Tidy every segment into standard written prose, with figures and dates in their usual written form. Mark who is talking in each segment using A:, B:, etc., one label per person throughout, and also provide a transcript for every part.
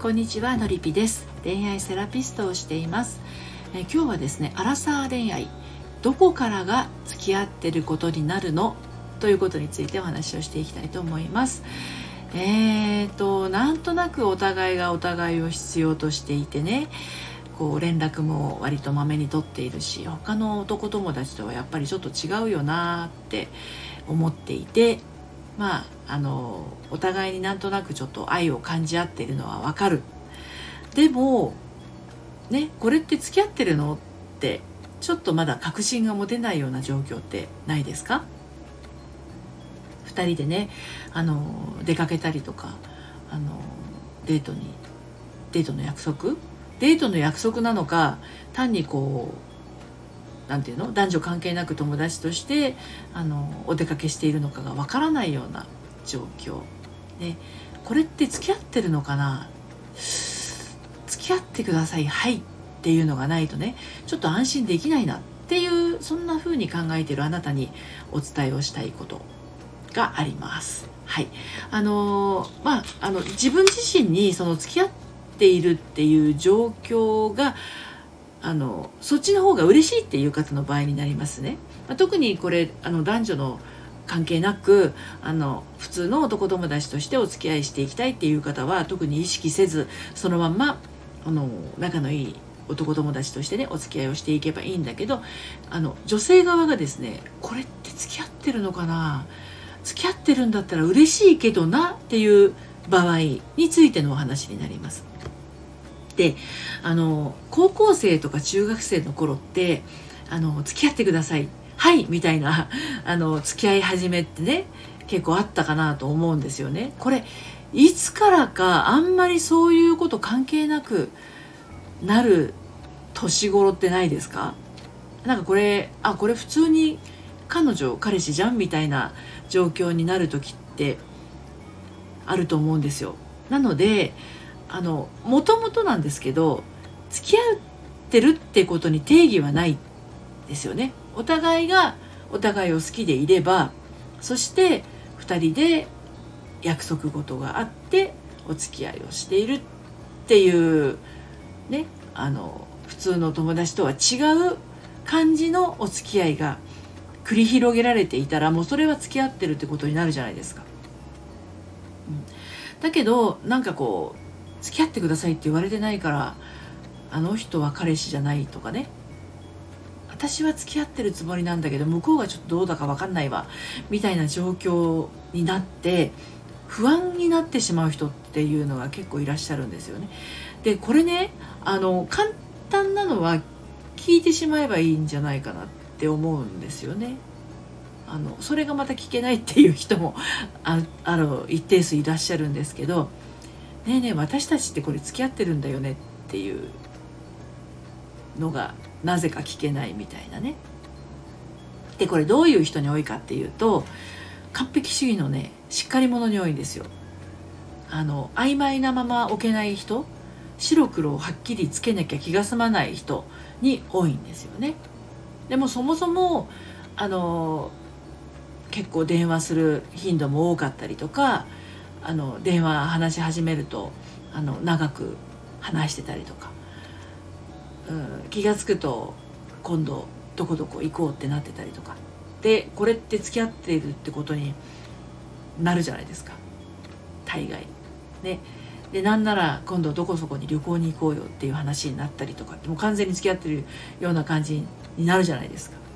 A: こんにちは、のりぴです。恋愛セラピストをしています。今日はですね、アラサー恋愛、どこからが付き合ってることになるのということについてお話をしていきたいと思います。なんとなくお互いがお互いを必要としていてね、連絡も割とまめに取っているし、他の男友達とはやっぱりちょっと違うよなって思っていて、お互いになんとなくちょっと愛を感じ合っているのはわかる。でもね、これって付き合ってるのってちょっとまだ確信が持てないような状況ってないですか？二人でね、出かけたりとか、デートの約束なのか、単になんていうの、男女関係なく友達としてお出かけしているのかがわからないような状況ね。これって付き合ってるのかな、付き合ってくださいはいっていうのがないとね、ちょっと安心できないなっていう、そんな風に考えているあなたにお伝えをしたいことがあります。はい。自分自身にその付き合っているっていう状況がそっちの方が嬉しいっていう方の場合になりますね。特にこれ男女の関係なく普通の男友達としてお付き合いしていきたいっていう方は特に意識せず、そのまんま仲のいい男友達としてねお付き合いをしていけばいいんだけど、女性側がですね、これって付き合ってるのかな、付き合ってるんだったら嬉しいけどなっていう場合についてのお話になります。で、高校生とか中学生の頃って付き合ってくださいはいみたいな付き合い始めってね、結構あったかなと思うんですよね。これいつからかあんまりそういうこと関係なくなる年頃ってないですか？なんかこれ普通に彼氏じゃんみたいな状況になる時ってあると思うんですよ。なのでもともとなんですけど、付き合ってるってことに定義はないですよね。お互いがお互いを好きでいれば、そして2人で約束事があってお付き合いをしているっていうね、普通の友達とは違う感じのお付き合いが繰り広げられていたら、もうそれは付き合ってるってことになるじゃないですか。だけど付き合ってくださいって言われてないから、あの人は彼氏じゃないとかね、私は付き合ってるつもりなんだけど向こうがちょっとどうだか分かんないわみたいな状況になって不安になってしまう人っていうのが結構いらっしゃるんですよね。でこれね、簡単なのは聞いてしまえばいいんじゃないかなって思うんですよね。それがまた聞けないっていう人も一定数いらっしゃるんですけど、ねえねえ私たちってこれ付き合ってるんだよねっていうのがなぜか聞けないみたいなね。でこれどういう人に多いかっていうと、完璧主義のねしっかり者に多いんですよ。曖昧なまま置けない人、白黒をはっきりつけなきゃ気が済まない人に多いんですよね。でもそもそも結構電話する頻度も多かったりとか、電話話し始めると長く話してたりとか、気がつくと今度どこどこ行こうってなってたりとかで、これって付き合っているってことになるじゃないですか、大概ね。でなんなら今度どこそこに旅行に行こうよっていう話になったりとかって、もう完全に付き合ってるような感じになるじゃないですか。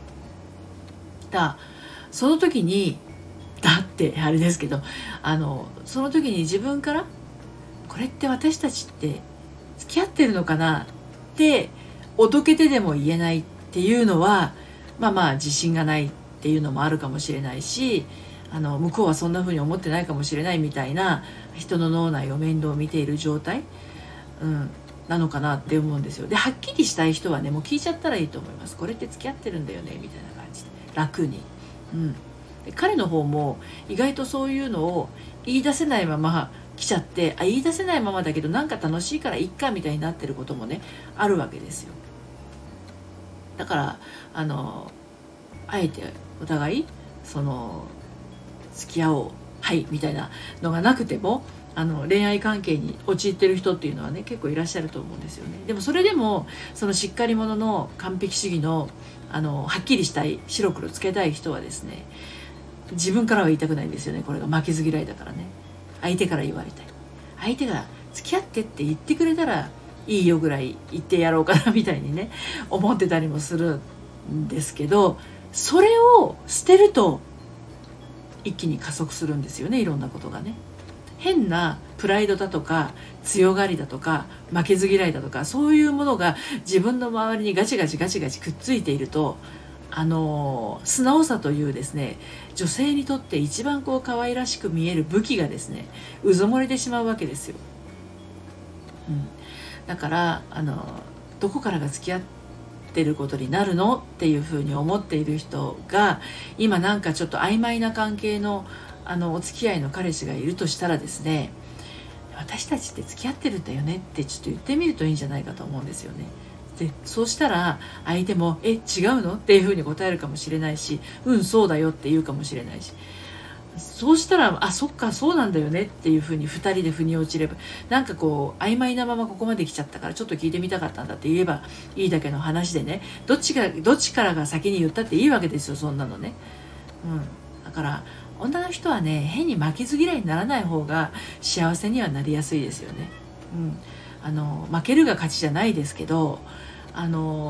A: その時にだってあれですけど、その時に自分からこれって私たちって付き合ってるのかなっておどけてでも言えないっていうのは、自信がないっていうのもあるかもしれないし、向こうはそんな風に思ってないかもしれないみたいな、人の脳内を面倒見ている状態、なのかなって思うんですよ。ではっきりしたい人はね、もう聞いちゃったらいいと思います。これって付き合ってるんだよねみたいな感じで楽に、で彼の方も意外とそういうのを言い出せないまま来ちゃって、言い出せないままだけどなんか楽しいからいっかみたいになってることもねあるわけですよ。だからあえてお互い付き合おうはいみたいなのがなくても、 恋愛関係に陥ってる人っていうのはね結構いらっしゃると思うんですよね。でもそれでもそのしっかり者の完璧主義のはっきりしたい白黒つけたい人はですね、自分からは言いたくないんですよね。これが負けず嫌いだからね。相手から言われたい、相手が付き合ってって言ってくれたらいいよぐらい言ってやろうかなみたいにね思ってたりもするんですけど、それを捨てると一気に加速するんですよね、いろんなことがね。変なプライドだとか強がりだとか負けず嫌いだとか、そういうものが自分の周りにガチガチガチガチくっついていると、素直さというですね、女性にとって一番可愛らしく見える武器がですねうずもれてしまうわけですよ。だからどこからが付き合ってることになるのっていうふうに思っている人が、今なんかちょっと曖昧な関係のお付き合いの彼氏がいるとしたらですね、私たちって付き合ってるんだよねってちょっと言ってみるといいんじゃないかと思うんですよね。でそうしたら相手も違うのっていうふうに答えるかもしれないし、そうだよって言うかもしれないし、そうしたらそっかそうなんだよねっていうふうに2人で腑に落ちれば、なんか曖昧なままここまで来ちゃったからちょっと聞いてみたかったんだって言えばいいだけの話でね、どっちからが先に言ったっていいわけですよ、そんなのね。だから女の人はね、変に負けず嫌いにならない方が幸せにはなりやすいですよね。負けるが勝ちじゃないですけど、あ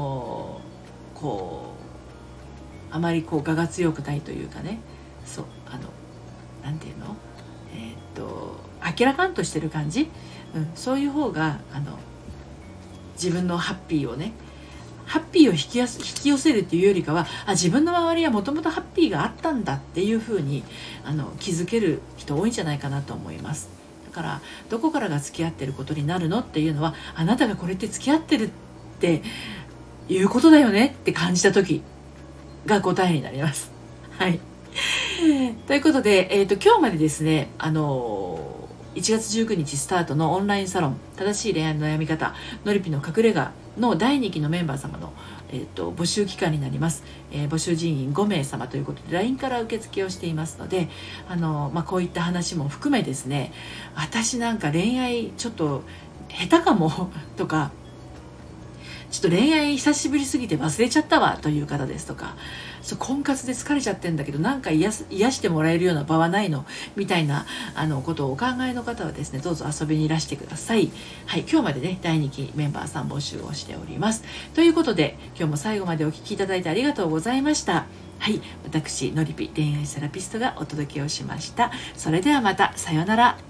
A: まり我が強くないというかね、そうなんていうの、明らかんとしてる感じ、そういう方が自分のハッピーをね、ハッピーを引き寄せるっていうよりかは、自分の周りはもともとハッピーがあったんだっていう風に気づける人多いんじゃないかなと思います。だからどこからが付き合ってることになるのっていうのは、あなたがこれって付き合ってるっていうことだよねって感じた時が答えになります。はいということで、今日までですね1月19日スタートのオンラインサロン正しい恋愛の悩み方のりぴの隠れ家の第2期のメンバー様の、募集期間になります。募集人員5名様ということで LINE から受付をしていますので、こういった話も含めですね、私なんか恋愛ちょっと下手かもとか、ちょっと恋愛久しぶりすぎて忘れちゃったわという方ですとか、婚活で疲れちゃってんだけどなんか癒してもらえるような場はないのみたいなことをお考えの方はですね、どうぞ遊びにいらしてください。はい、今日までね第2期メンバーさん募集をしております。ということで今日も最後までお聞きいただいてありがとうございました。はい、私のりぴ恋愛セラピストがお届けをしました。それではまた、さようなら。